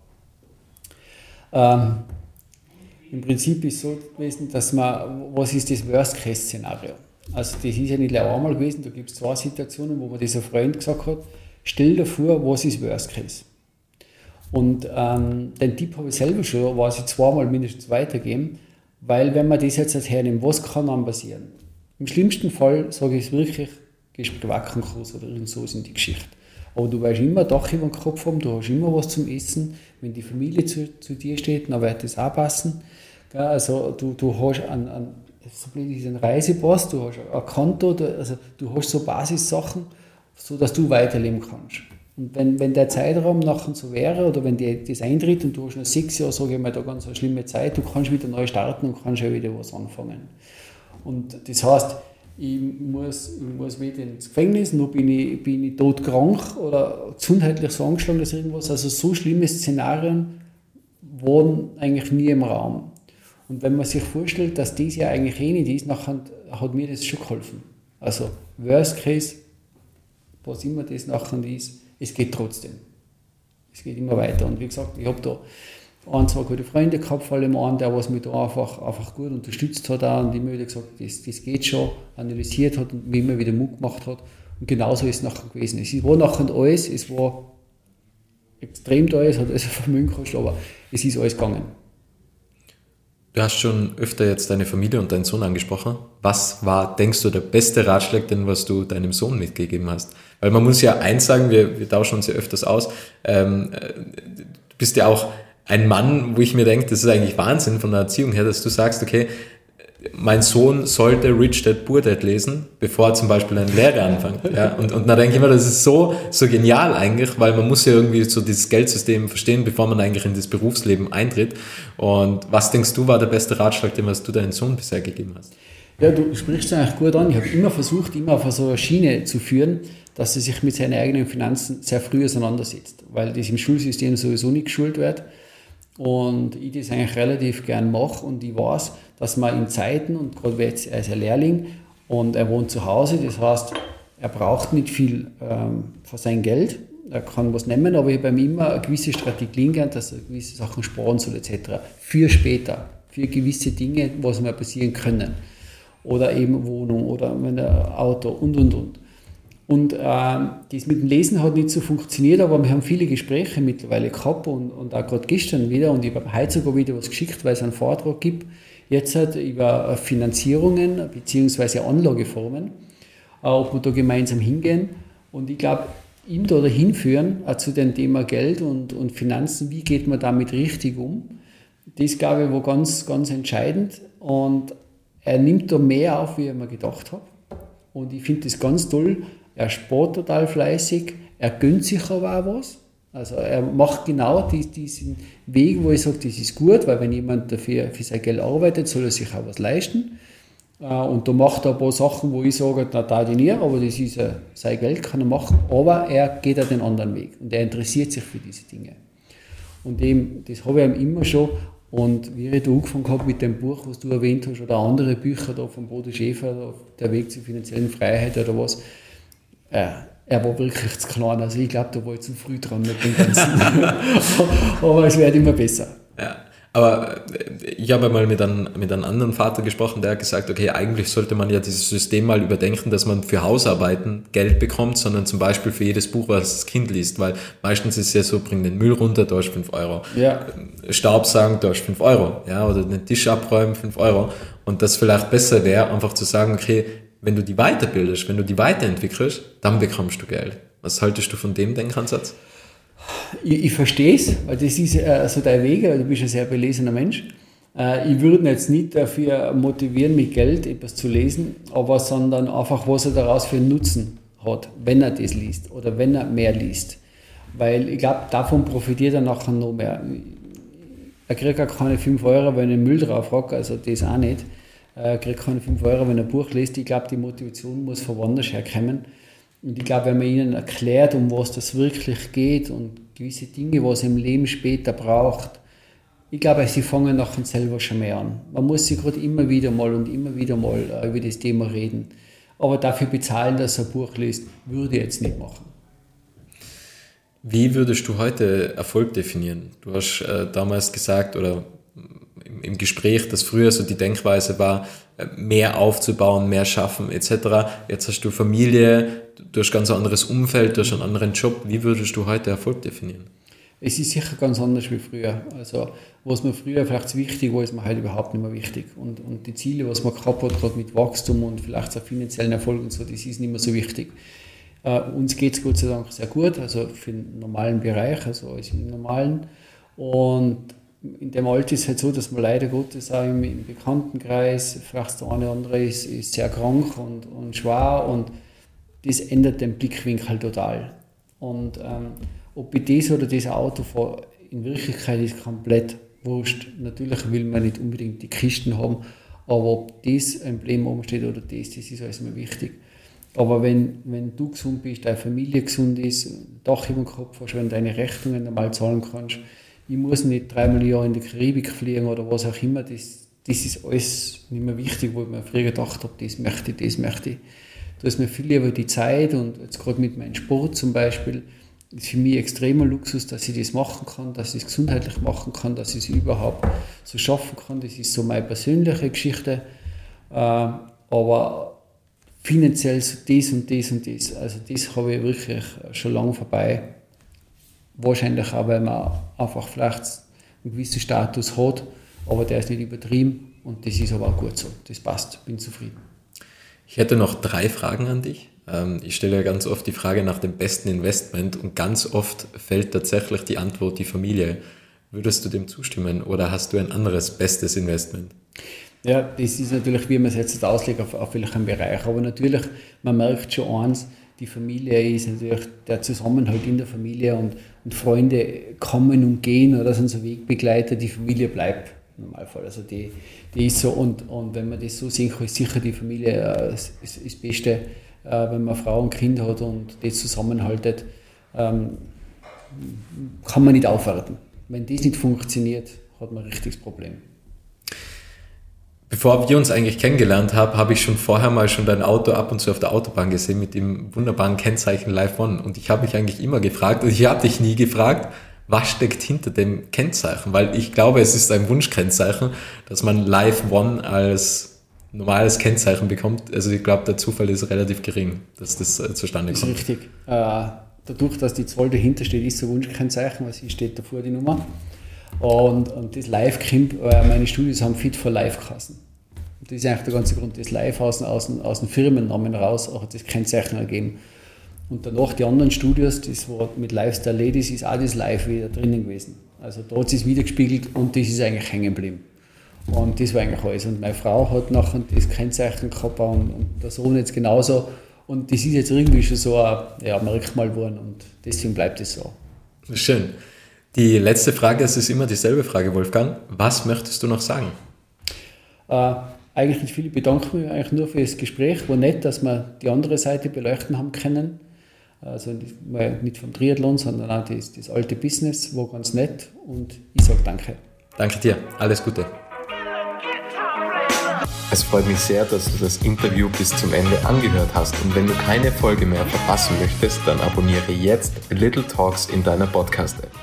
Ähm, Im Prinzip ist es so gewesen, dass man, was ist das Worst-Case-Szenario? Also das ist ja nicht nur einmal gewesen, da gibt es zwei Situationen, wo mir dieser Freund gesagt hat, stell dir vor, was ist Worst-Case? Und ähm, den Tipp habe ich selber schon, weiß ich zweimal mindestens weitergeben, weil wenn man das jetzt hernimmt, was kann dann passieren? Im schlimmsten Fall sage ich es wirklich, gehst Privatkonkurs oder irgend so in die Geschichte. Aber du weißt immer Dach über den Kopf haben, du hast immer was zum Essen. Wenn die Familie zu, zu dir steht, dann wird das auch passen. Also du, du hast einen, einen, so blöd ist ein Reisepass, du hast ein Konto, also du hast so Basissachen, sodass du weiterleben kannst. Und wenn, wenn der Zeitraum nachher so wäre oder wenn die, das eintritt und du hast noch sechs Jahre, sage ich mal, da ganz eine schlimme Zeit, du kannst wieder neu starten und kannst ja wieder was anfangen. Und das heißt, ich muss, ich muss weder ins Gefängnis, noch bin ich, bin ich todkrank oder gesundheitlich so angeschlagen, dass irgendwas. Also so schlimme Szenarien waren eigentlich nie im Raum. Und wenn man sich vorstellt, dass das ja eigentlich eh nicht ist, nachher hat mir das schon geholfen. Also Worst Case, was immer das nachher ist, es geht trotzdem. Es geht immer weiter. Und wie gesagt, ich habe da ein, zwei gute Freunde gehabt, vor allem einen, der was mich da einfach, einfach gut unterstützt hat auch, und immer wieder gesagt, das, das geht schon, analysiert hat und mir immer wieder Mut gemacht hat. Und genauso ist es nachher gewesen. Es war nachher alles, es war extrem teuer, es hat also Vermögen gekostet, aber es ist alles gegangen. Du hast schon öfter jetzt deine Familie und deinen Sohn angesprochen. Was war, denkst du, der beste Ratschlag, den was du deinem Sohn mitgegeben hast? Weil man muss ja eins sagen, wir, wir tauschen uns ja öfters aus, ähm, du bist ja auch ein Mann, wo ich mir denke, das ist eigentlich Wahnsinn von der Erziehung her, dass du sagst, okay, mein Sohn sollte Rich Dad Poor Dad lesen, bevor er zum Beispiel eine Lehre anfängt. Ja? Und, und dann denke ich immer, das ist so, so genial eigentlich, weil man muss ja irgendwie so dieses Geldsystem verstehen, bevor man eigentlich in das Berufsleben eintritt. Und was denkst du, war der beste Ratschlag, den was du deinem Sohn bisher gegeben hast? Ja, du sprichst es eigentlich gut an. Ich habe immer versucht, immer auf so eine Schiene zu führen, dass er sich mit seinen eigenen Finanzen sehr früh auseinandersetzt, weil das im Schulsystem sowieso nicht geschult wird. Und ich das eigentlich relativ gern mache und ich weiß, dass man in Zeiten, und gerade jetzt, er ist ein Lehrling und er wohnt zu Hause, das heißt, er braucht nicht viel ähm, für sein Geld, er kann was nehmen, aber ich habe ihm immer eine gewisse Strategie gelernt, dass er gewisse Sachen sparen soll et cetera. Für später, für gewisse Dinge, was mal passieren können. Oder eben Wohnung oder ein Auto und und und. Und äh, das mit dem Lesen hat nicht so funktioniert, aber wir haben viele Gespräche mittlerweile gehabt und, und auch gerade gestern wieder und ich habe heute sogar wieder was geschickt, weil es einen Vortrag gibt, jetzt halt über Finanzierungen bzw. Anlageformen, äh, ob wir da gemeinsam hingehen und ich glaube, ihm da hinführen äh, zu dem Thema Geld und, und Finanzen, wie geht man damit richtig um, das glaube ich war ganz, ganz entscheidend und er nimmt da mehr auf, wie ich mir gedacht habe und ich finde das ganz toll. Er spart total fleißig, er gönnt sich aber auch was. Also er macht genau die, diesen Weg, wo ich sage, das ist gut, weil wenn jemand dafür für sein Geld arbeitet, soll er sich auch was leisten. Und da macht er ein paar Sachen, wo ich sage, na, da die nicht, aber das ist ja, sein Geld, kann er machen, aber er geht auch den anderen Weg und er interessiert sich für diese Dinge. Und eben, das habe ich ihm immer schon, und wie ich da angefangen habe mit dem Buch, was du erwähnt hast, oder andere Bücher da von Bodo Schäfer, Der Weg zur finanziellen Freiheit oder was, äh, er war wirklich zu klein, also ich glaube, da war ich zu früh dran mit dem Ganzen. Aber es wird immer besser. Ja. Aber ich habe mal mit einem, mit einem anderen Vater gesprochen, der hat gesagt, okay, eigentlich sollte man ja dieses System mal überdenken, dass man für Hausarbeiten Geld bekommt, sondern zum Beispiel für jedes Buch, was das Kind liest, weil meistens ist es ja so, bring den Müll runter, da hast du fünf Euro. Ja. Staubsaugen, da hast du fünf Euro. Ja, oder den Tisch abräumen, fünf Euro. Und das vielleicht besser wäre, einfach zu sagen, okay, wenn du die weiterbildest, wenn du die weiterentwickelst, dann bekommst du Geld. Was haltest du von dem Denkansatz? Ich, ich verstehe es, weil das ist äh, so dein Weg, du bist ein sehr belesener Mensch. Äh, ich würde ihn jetzt nicht dafür motivieren, mit Geld etwas zu lesen, aber sondern einfach, was er daraus für einen Nutzen hat, wenn er das liest oder wenn er mehr liest. Weil ich glaube, davon profitiert er nachher noch mehr. Er kriegt auch keine fünf Euro, wenn er Müll drauf hat, also das auch nicht. Er kriegt keine fünf Euro, wenn er ein Buch liest. Ich glaube, die Motivation muss von woanders herkommen. Und ich glaube, wenn man ihnen erklärt, um was das wirklich geht und gewisse Dinge, was im Leben später braucht, ich glaube, sie fangen nachher selber schon mehr an. Man muss sich gerade immer wieder mal und immer wieder mal über das Thema reden. Aber dafür bezahlen, dass er ein Buch liest, würde ich jetzt nicht machen. Wie würdest du heute Erfolg definieren? Du hast äh, damals gesagt, oder im, im Gespräch, dass früher so die Denkweise war, mehr aufzubauen, mehr schaffen et cetera. Jetzt hast du Familie, du hast ganz ein anderes Umfeld, du hast einen anderen Job. Wie würdest du heute Erfolg definieren? Es ist sicher ganz anders wie früher. Also, was mir früher vielleicht wichtig war, ist mir heute überhaupt nicht mehr wichtig. Und, und die Ziele, was man gehabt hat, gerade mit Wachstum und vielleicht auch finanziellen Erfolg und so, das ist nicht mehr so wichtig. Äh, uns geht es Gott sei Dank sehr gut, also für den normalen Bereich, also alles im Normalen. Und in dem Alter ist es halt so, dass man leider Gottes auch im, im Bekanntenkreis, vielleicht der eine oder andere ist, ist sehr krank und, und schwer und das ändert den Blickwinkel total. Und ähm, ob ich das oder das Auto fahre, in Wirklichkeit ist komplett wurscht. Natürlich will man nicht unbedingt die Kisten haben, aber ob das Emblem umsteht oder das, das ist alles immer wichtig. Aber wenn, wenn du gesund bist, deine Familie gesund ist, ein Dach über dem Kopf hast, wenn du deine Rechnungen normal zahlen kannst, ich muss nicht dreimal im Jahr in die Karibik fliegen oder was auch immer, das, das ist alles nicht mehr wichtig, wo ich mir früher gedacht habe, das möchte ich, das möchte ich. Da ist mir viel lieber die Zeit und jetzt gerade mit meinem Sport zum Beispiel, ist für mich extremer Luxus, dass ich das machen kann, dass ich es gesundheitlich machen kann, dass ich es überhaupt so schaffen kann. Das ist so meine persönliche Geschichte. Aber finanziell so das und das und das, also das habe ich wirklich schon lange vorbei. Wahrscheinlich auch, weil man einfach vielleicht einen gewissen Status hat, aber der ist nicht übertrieben und das ist aber auch gut so. Das passt, bin zufrieden. Ich hätte noch drei Fragen an dich. Ich stelle ja ganz oft die Frage nach dem besten Investment und ganz oft fällt tatsächlich die Antwort die Familie. Würdest du dem zustimmen oder hast du ein anderes bestes Investment? Ja, das ist natürlich, wie man es jetzt auslegt, auf, auf welchem Bereich. Aber natürlich, man merkt schon eins, die Familie ist natürlich der Zusammenhalt in der Familie und, und Freunde kommen und gehen oder sind so Wegbegleiter, die Familie bleibt im Normalfall. Also die, die ist so und, und wenn man das so sehen kann, ist sicher die Familie äh, das, das, das Beste, äh, wenn man Frau und Kind hat und das zusammenhaltet, ähm, kann man nicht aufwarten. Wenn das nicht funktioniert, hat man ein richtiges Problem. Bevor wir uns eigentlich kennengelernt haben, habe ich schon vorher mal schon dein Auto ab und zu auf der Autobahn gesehen mit dem wunderbaren Kennzeichen Live One. Und ich habe mich eigentlich immer gefragt, und ich habe dich nie gefragt, was steckt hinter dem Kennzeichen? Weil ich glaube, es ist ein Wunschkennzeichen, dass man Live One als normales Kennzeichen bekommt. Also ich glaube, der Zufall ist relativ gering, dass das äh, zustande kommt. Das ist richtig. Äh, dadurch, dass die Zahl dahinter steht, ist so ein Wunschkennzeichen, weil sie steht davor die Nummer. Und, und das Live-Camp, äh, meine Studios haben Fit for Life geheißen. Das ist eigentlich der ganze Grund, das Live aus, aus, aus dem Firmennamen raus auch das Kennzeichen ergeben. Und danach die anderen Studios, das war mit Lifestyle Ladies, ist auch das Live wieder drinnen gewesen. Also da hat es wieder gespiegelt und das ist eigentlich hängen geblieben. Und das war eigentlich alles. Und meine Frau hat nachher das Kennzeichen gehabt und, und der Sohn jetzt genauso. Und das ist jetzt irgendwie schon so ein ja, Merkmal geworden und deswegen bleibt es so. Schön. Die letzte Frage, es ist immer dieselbe Frage, Wolfgang. Was möchtest du noch sagen? Äh, eigentlich nicht viel. Ich bedanke mich eigentlich nur für das Gespräch. War nett, dass wir die andere Seite beleuchten haben können. Also nicht, nicht vom Triathlon, sondern auch das, das alte Business. War ganz nett und ich sage danke. Danke dir. Alles Gute. Es freut mich sehr, dass du das Interview bis zum Ende angehört hast. Und wenn du keine Folge mehr verpassen möchtest, dann abonniere jetzt Little Talks in deiner Podcast-App.